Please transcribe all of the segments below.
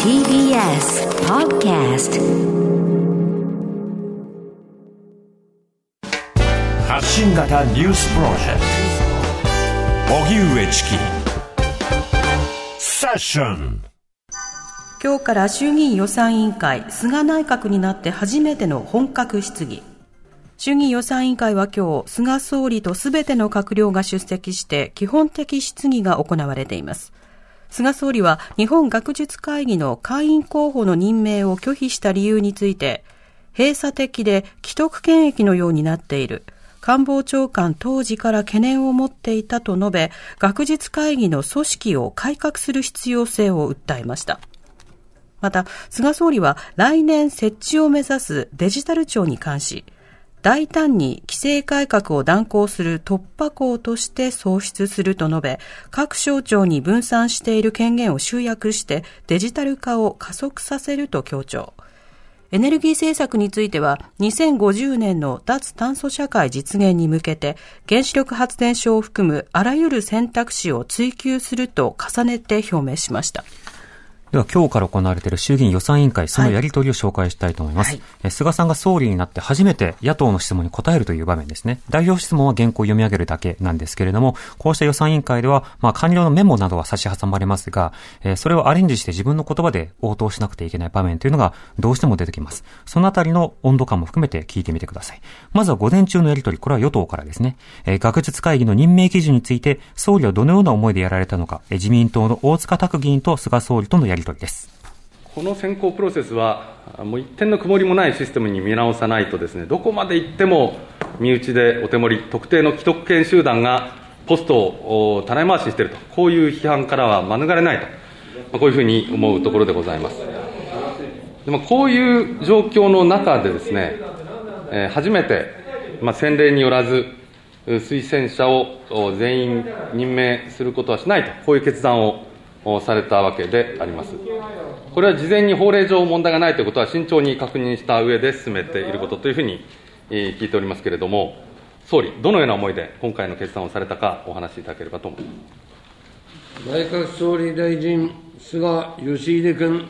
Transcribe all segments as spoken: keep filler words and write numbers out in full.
ティービーエス Podcast 発信型ニュースプロジェクト荻上チキセッション。 今日から衆議院予算委員会、菅内閣になって初めての本格質疑。衆議院予算委員会は今日、菅総理とすべての閣僚が出席して基本的質疑が行われています。菅総理は日本学術会議の会員候補の任命を拒否した理由について、閉鎖的で既得権益のようになっている。官房長官当時から懸念を持っていたと述べ、学術会議の組織を改革する必要性を訴えました。また、菅総理は来年設置を目指すデジタル庁に関し、大胆に規制改革を断行する突破口として創出すると述べ、各省庁に分散している権限を集約してデジタル化を加速させると強調。エネルギー政策については、にせんごじゅうねんの脱炭素社会実現に向けて、原子力発電所を含むあらゆる選択肢を追求すると重ねて表明しました。 では今日から行われている衆議院予算委員会、そのやり取りを紹介したいと思います、はいはい、菅さんが総理になって初めて野党の質問に答えるという場面ですね。代表質問は原稿を読み上げるだけなんですけれども、こうした予算委員会では、まあ、官僚のメモなどは差し挟まれますが、えー、それをアレンジして自分の言葉で応答しなくてはいけない場面というのがどうしても出てきます。そのあたりの温度感も含めて聞いてみてください。まずは午前中のやり取り、これは与党からですね、えー、学術会議の任命基準について総理はどのような思いでやられたのか、えー、自民党の大塚拓議員と菅総理とのやり取りです。 この選考プロセスは、もう一点の曇りもないシステムに見直さないとですね、どこまで行っても身内でお手盛り、特定の既得権集団がポストをたらい回しにしていると、こういう批判からは免れないと、こういうふうに思うところでございます。でもこういう状況の中でですね、初めて、まあ、先例によらず、推薦者を全員任命することはしないと、こういう決断をされたわけであります。これは事前に法令上問題がないということは慎重に確認した上で進めていることというふうに聞いておりますけれども、総理、どのような思いで今回の決断をされたかお話しいただければと思います。 内閣総理大臣、菅義偉君。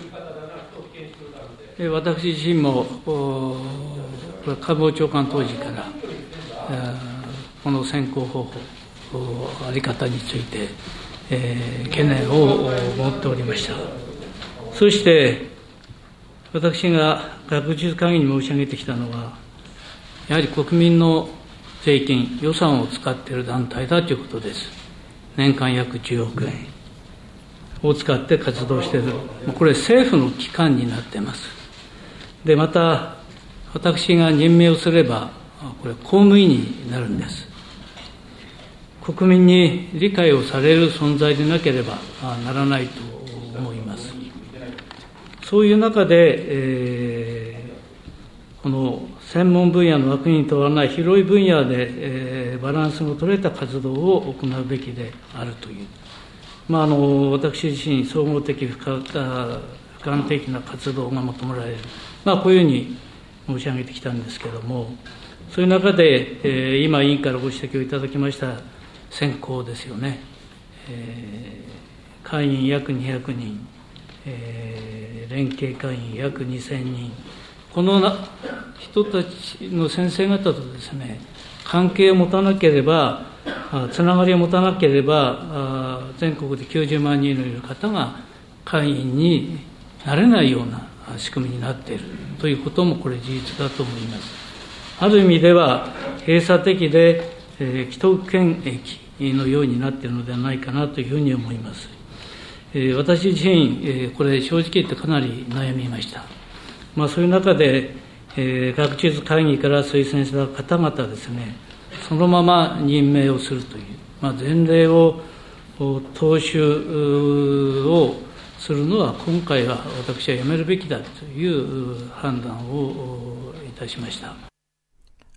私自身も官房長官当時からこの選考方法あり方についてえー、懸念を持っておりました。そして私が学術会議に申し上げてきたのは、やはり国民の税金、予算を使っている団体だということです。年間約じゅうおくえんを使って活動している、これ政府の機関になっています。でまた私が任命をすればこれ公務員になるんです。国民に理解をされる存在でなければならないと思います。そういう中で、えー、この専門分野の枠にとらない広い分野で、えー、バランスの取れた活動を行うべきであるという、まあ、あの私自身、総合的、不可的な活動が求められる、まあ、こういうふうに申し上げてきたんですけれども、そういう中で、えー、今、委員からご指摘をいただきました選考ですよね、えー、会員約にひゃくにん、えー、連携会員約にせんにん、この人たちの先生方とですね、関係を持たなければ、つながりを持たなければ、全国できゅうじゅうまんにんのいる方が会員になれないような仕組みになっているということも、これ、事実だと思います。ある意味では、閉鎖的で、えー、既得権益のようになっているのではないかなというふうに思います。えー、私自身、えー、これ、正直言ってかなり悩みました。まあ、そういう中で、えー、学術会議から推薦した方々ですね、そのまま任命をするという、まあ、前例を踏襲をするのは、今回は私はやめるべきだという判断をいたしました。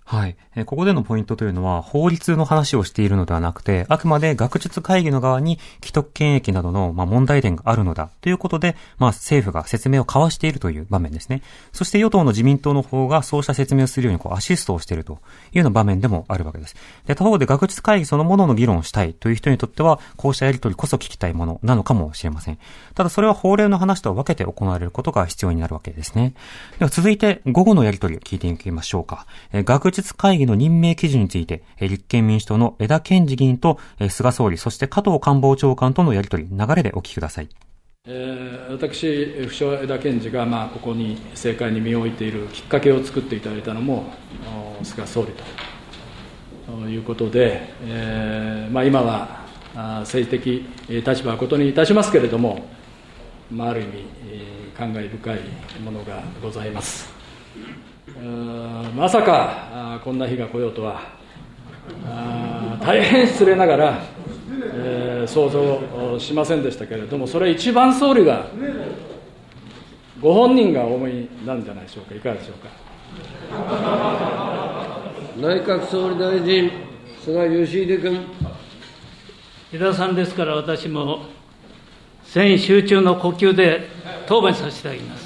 はい。えー、ここでのポイントというのは、法律の話をしているのではなくて、あくまで学術会議の側に既得権益などの、まあ、問題点があるのだということで、まあ、政府が説明を交わしているという場面ですね。そして与党の自民党の方がそうした説明をするようにこうアシストをしているというような場面でもあるわけです。で、他方で学術会議そのものの議論をしたいという人にとっては、こうしたやり取りこそ聞きたいものなのかもしれません。ただそれは法令の話とは分けて行われることが必要になるわけですね。では続いて午後のやり取りを聞いていきましょうか。えー、学術会議の任命基準について、えー、立憲民主党の江田憲司議員と、えー、菅総理、そして加藤官房長官とのやり取り、流れでお聞きください。 えー、私、不詳江田憲司が、まあ、ここに政界に身を置いているきっかけを作っていただいたのも、菅総理ということで、えーまあ、今は政治的立場はことにいたしますけれども、まあ、ある意味、感慨深いものがございます。まさかこんな日が来ようとは、大変失礼ながら、えー、想像しませんでしたけれども、それ一番総理がご本人がお思いになるんじゃないでしょうか。いかがでしょうか。 内閣総理大臣、菅義偉君。 江田さんですから、私も戦意集中の呼吸で答弁させていただきます。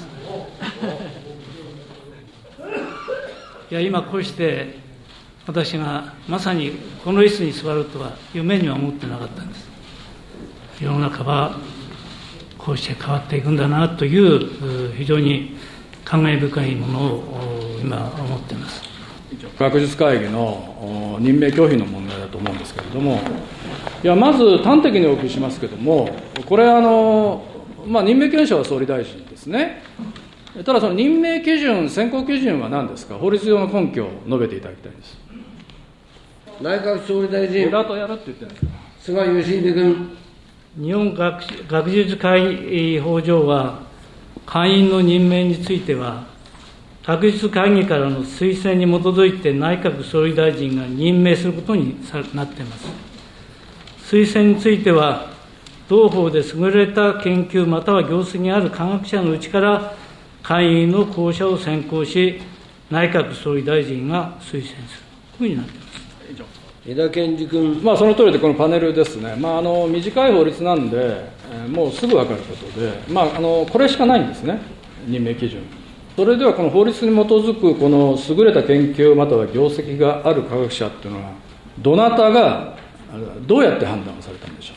いや、今こうして私がまさにこの椅子に座るとは夢には思ってなかったんです。世の中はこうして変わっていくんだなという非常に感慨深いものを今思っています。 学術会議の任命拒否の問題だと思うんですけれども、いやまず端的にお聞きしますけれども、これあの、まあ、任命権者は総理大臣ですね。ただその任命基準、選考基準は何ですか。法律上の根拠を述べていただきたいです。 内閣総理大臣、 枝とやるって言ってるんですか。 菅義偉君。 日本 学, 学術会議法上は、会員の任命については、学術会議からの推薦に基づいて内閣総理大臣が任命することになっています。推薦については、同法で優れた研究または業績がある科学者のうちから会員の候補者を選考し、内閣総理大臣が推薦するというふうになっています。 江田憲司君。 まあ、その通りで、このパネルですね、まあ、あの短い法律なんで、えー、もうすぐ分かることで、まあ、あのこれしかないんですね、任命基準。それではこの法律に基づくこの優れた研究または業績がある科学者というのは、どなたがどうやって判断をされたんでしょ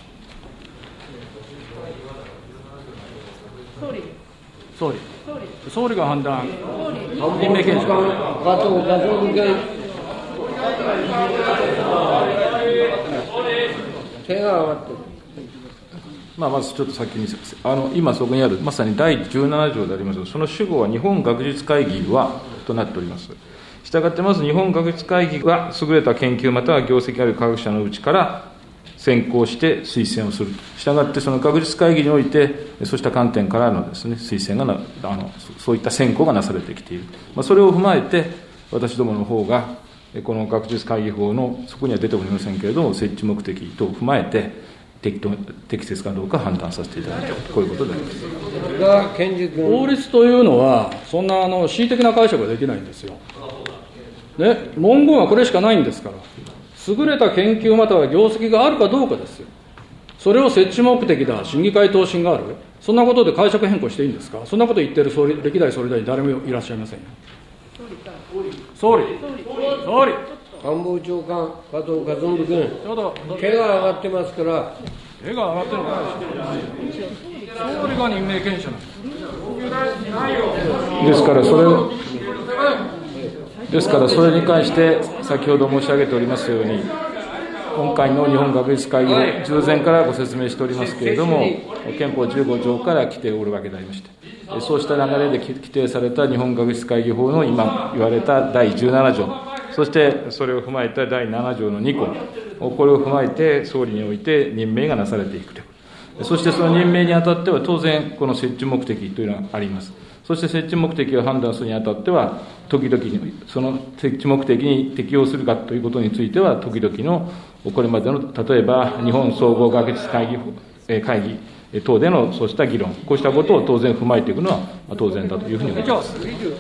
う。総理総理総理が判断、任命権者加藤勝信君。手が上がってる。 まあ、まずちょっと先にあの今そこにあるまさにだいじゅうなな条でありますが、その主語は日本学術会議はとなっております。したがってまず日本学術会議は優れた研究または業績ある科学者のうちから選考して推薦をする。したがってその学術会議においてそうした観点からのですね、推薦がなあのそういった選考がなされてきている。まあ、それを踏まえて私どもの方がこの学術会議法のそこには出ておりませんけれども、設置目的等を踏まえて適当適切かどうか判断させていただいた、こういうことであります。 法律というのはそんなあの恣意的な解釈ができないんですよ、ね、文言はこれしかないんですから、優れた研究または業績があるかどうかですよ。それを設置目的だ、審議会答申がある、そんなことで解釈変更していいんですか。そんなこと言ってる総理歴代総理大臣誰もいらっしゃいませんよ。総理総理官房長官、加藤勝信君、ちょうど手が上がってますから、 手が上がってるのか総理が任命権者なんですからそれをですからそれに関して先ほど申し上げておりますように、今回の日本学術会議を従前からご説明しておりますけれども、憲法じゅうご条から来ておるわけでありまして、そうした流れで規定された日本学術会議法の今言われただいじゅうなな条、そしてそれを踏まえただいなな条のに項、これを踏まえて総理において任命がなされていくという。そしてその任命にあたっては当然この設置目的というのはあります。そして設置目的を判断するにあたっては、時々にその設置目的に適用するかということについては、時々のこれまでの例えば日本総合学術会議会議等でのそうした議論、こうしたことを当然踏まえていくのは当然だというふうに思います。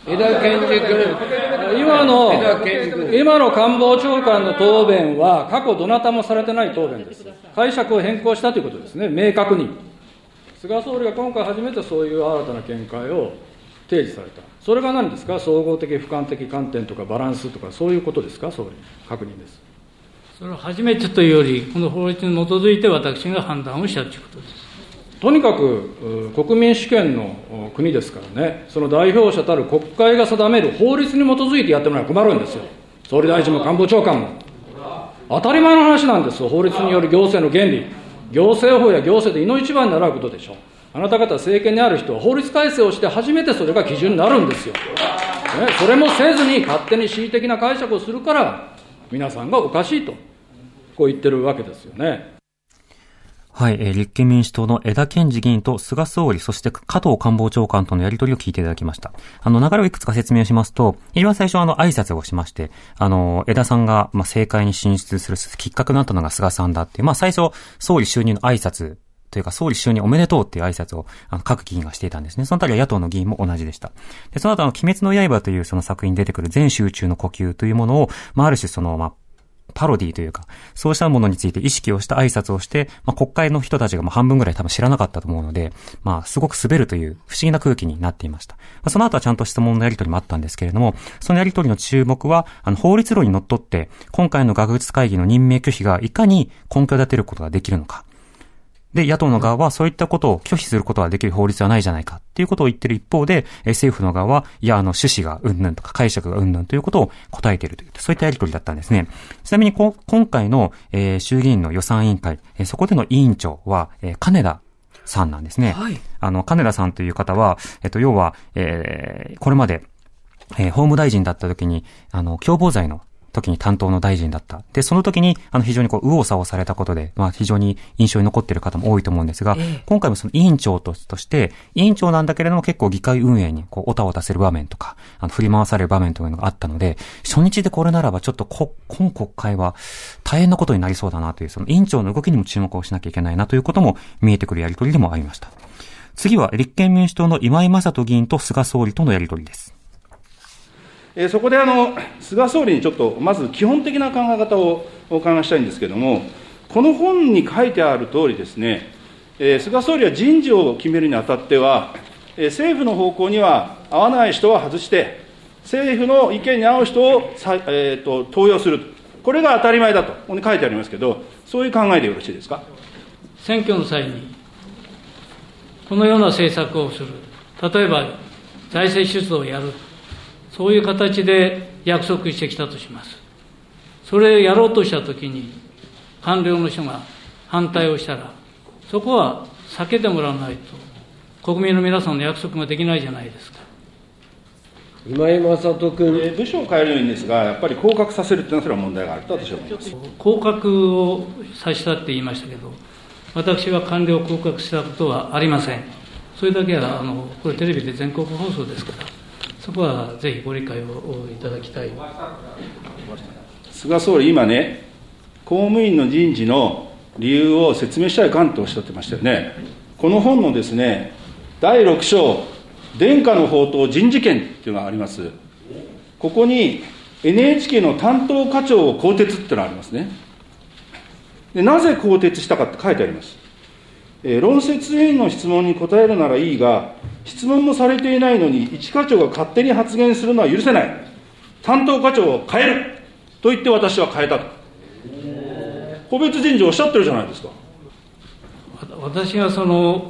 枝健二君、 今の枝健二君、 今の官房長官の答弁は、過去どなたもされてない答弁です。解釈を変更したということですね、明確に。菅総理が今回初めてそういう新たな見解を提示された。それが何ですか、総合的、俯瞰的観点とかバランスとか、そういうことですか、総理、確認です。 それは初めてというより、この法律に基づいて私が判断をしたということです。 とにかく国民主権の国ですからね、その代表者たる国会が定める法律に基づいてやってもらえば困るんですよ、総理大臣も官房長官も。当たり前の話なんですよ、法律による行政の原理、行政法や行政でいの一番に習うことでしょ。あなた方政権にある人は法律改正をして初めてそれが基準になるんですよ、ね、それもせずに勝手に恣意的な解釈をするから皆さんがおかしいとこう言ってるわけですよね。 はい、えー、立憲民主党の江田憲二議員と菅総理、そして加藤官房長官とのやり取りを聞いていただきました。あの、流れをいくつか説明しますと、一番最初はあの、挨拶をしまして、あの、江田さんが、まあ、政界に進出するきっかけになったのが菅さんだっていう、まあ、最初、総理就任の挨拶、というか、総理就任おめでとうっていう挨拶を、あの、各議員がしていたんですね。そのあたりは野党の議員も同じでした。で、その後、あの、鬼滅の刃というその作品に出てくる全集中の呼吸というものを、まあ、ある種その、まあ、パロディというか、そうしたものについて意識をした挨拶をして、まあ、国会の人たちがもう半分ぐらい多分知らなかったと思うので、まあ、すごく滑るという不思議な空気になっていました。まあ、その後はちゃんと質問のやり取りもあったんですけれども、そのやり取りの注目は、あの、法律論にのっとって、今回の学術会議の任命拒否がいかに根拠を立てることができるのか。で、野党の側はそういったことを拒否することができる法律はないじゃないかっていうことを言ってる一方で、政府の側は、いや、あの、趣旨がうんぬんとか解釈がうんぬんということを答えているという、そういったやり取りだったんですね。ちなみにこ、今回の、えー、衆議院の予算委員会、えー、そこでの委員長は、えー、金田さんなんですね。はい。あの、金田さんという方は、えっと、要は、えー、これまで、えー、法務大臣だった時に、あの、共謀罪の時に担当の大臣だった。で、その時に、あの、非常にこう、右往左往されたことで、まあ、非常に印象に残っている方も多いと思うんですが、えー、今回もその委員長と、として、委員長なんだけれども結構議会運営に、こう、おたおたする場面とか、あの、振り回される場面というのがあったので、初日でこれならばちょっとこ、今国会は大変なことになりそうだなという、その委員長の動きにも注目をしなきゃいけないなということも見えてくるやりとりでもありました。次は、立憲民主党の今井正人議員と菅総理とのやりとりです。 えー、そこであの菅総理にちょっとまず基本的な考え方をお伺いしたいんですけれども、この本に書いてある通りですね、えー、菅総理は人事を決めるにあたっては、えー、政府の方向には合わない人は外して、政府の意見に合う人をさ、えー、と登用する、これが当たり前だと、ここに書いてありますけど、そういう考えでよろしいですか。 選挙の際に、このような政策をする、例えば財政出動をやる。そういう形で約束してきたとします。それをやろうとしたときに、官僚の人が反対をしたら、そこは避けてもらわないと、国民の皆さんの約束ができないじゃないですか。 今井正人君、 えー、部署を変えるようにですが、やっぱり降格させるというのは、それは問題があると私は思います。 降格をさせたって言いましたけど、私は官僚を降格したことはありません。それだけは、あのこれ、テレビで全国放送ですから。そこはぜひご理解をいただきたい。 菅総理、今ね、公務員の人事の理由を説明したいかんとおっしゃってましたよね。この本のですね、だいろく章、殿下の宝刀人事権っていうのがあります。ここに エヌエイチケー の担当課長を更迭っていうのがありますね。で、なぜ更迭したかって書いてあります。えー、論説委員の質問に答えるならいいが、質問もされていないのに、一課長が勝手に発言するのは許せない。担当課長を変えると言って私は変えたと。個別人事をおっしゃってるじゃないですか。 私がその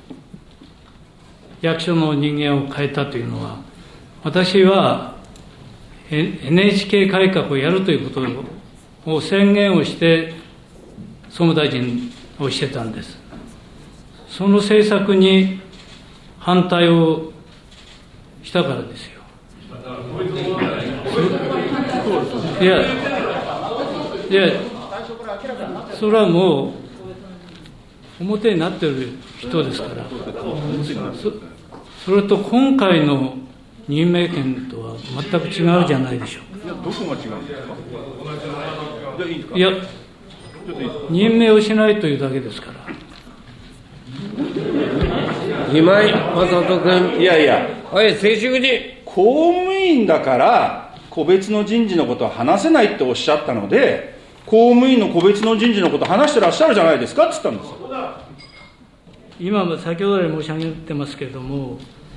役所の人間を変えたというのは、私は エヌエイチケー 改革をやるということを宣言をして総務大臣をしてたんです。その政策に反対をしたからですよ。いや、いや、それはもう表になっている人ですから、そ, それと今回の任命権とは全く違うじゃないでしょうか。 いや、どこが違うんですか。じゃあいいですか。 いや、任命をしないというだけですから。 今井正人君、 いやいや、 はい、静粛に。 公務員だから個別の人事のことは話せないっておっしゃったので、公務員の個別の人事のことを話してらっしゃるじゃないですかって言ったんですよ。 今も先ほど来申し上げてますけれども、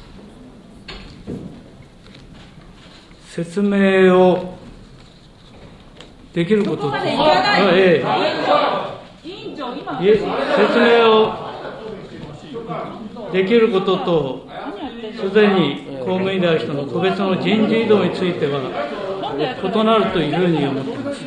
説明をできることと、ええ、説明をできることと、すでに公務員である人の個別の人事異動については異なるというふうに思っています。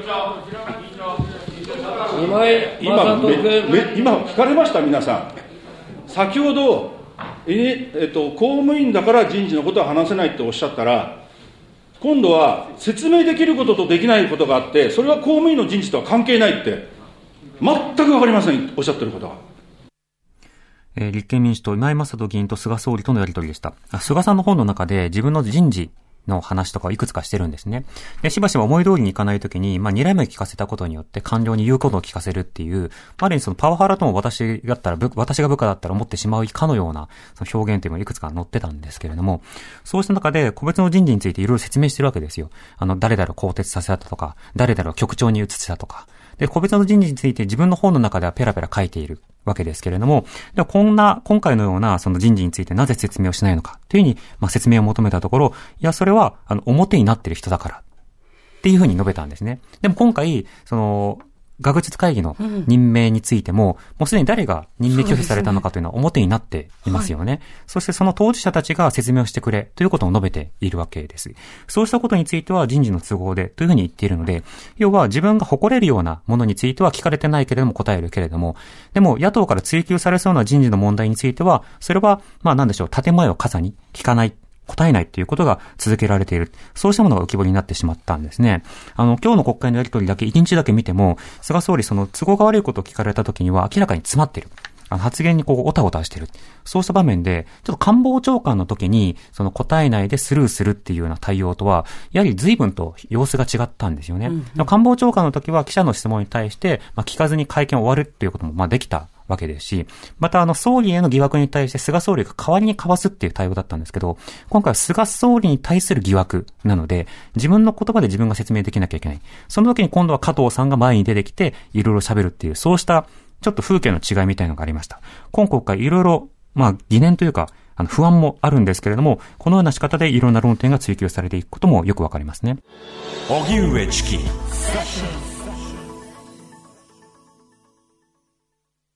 今めめ今聞かれました皆さん。先ほどえ、えっと、公務員だから人事のことは話せないっておっしゃったら、今度は説明できることとできないことがあって、それは公務員の人事とは関係ないって、全く分かりません、おっしゃってることは。 えー、立憲民主党今井正人議員と菅総理とのやり取りでした。菅さんの本の中で自分の人事の話とかをいくつかしてるんですね。で、しばしば思い通りにいかないときに、まあ、睨みを聞かせたことによって官僚に言うことを聞かせるっていう、ある意味そのパワハラとも私だったら、私が部下だったら思ってしまうかのような、その表現というのがいくつか載ってたんですけれども、そうした中で個別の人事についていろいろ説明してるわけですよ。あの、誰々を更迭させたとか、誰々を局長に移したとか。で、個別の人事について自分の本の中ではペラペラ書いているわけですけれども、ではこんな、今回のようなその人事についてなぜ説明をしないのかというふうに、まあ、説明を求めたところ、いや、それは、あの、表になっている人だからっていうふうに述べたんですね。でも今回、その、学術会議の任命についても、うん、もうすでに誰が任命拒否されたのかというのは表になっていますよね。はい、そしてその当事者たちが説明をしてくれということを述べているわけです。そうしたことについては人事の都合でというふうに言っているので、要は自分が誇れるようなものについては聞かれてないけれども答えるけれども、でも野党から追及されそうな人事の問題については、それは、まあなんでしょう、建前を傘に聞かない。答えないということが続けられている。そうしたものが浮き彫りになってしまったんですね。あの、今日の国会のやり取りだけ、一日だけ見ても、菅総理その都合が悪いことを聞かれたときには明らかに詰まっている。あの発言にこう、おたおたしている。そうした場面で、ちょっと官房長官の時に、その答えないでスルーするっていうような対応とは、やはり随分と様子が違ったんですよね。うんうん、官房長官の時は記者の質問に対して、まあ、聞かずに会見を終わるっていうことも、まあ、できた。わけですし、またあの総理への疑惑に対して菅総理が代わりにかわすっていう対応だったんですけど、今回は菅総理に対する疑惑なので、自分の言葉で自分が説明できなきゃいけない。その時に今度は加藤さんが前に出てきて、いろいろ喋るっていう、そうしたちょっと風景の違いみたいなのがありました。今国会いろいろ、まあ疑念というか、あの不安もあるんですけれども、このような仕方でいろんな論点が追求されていくこともよくわかりますね。 荻上チキ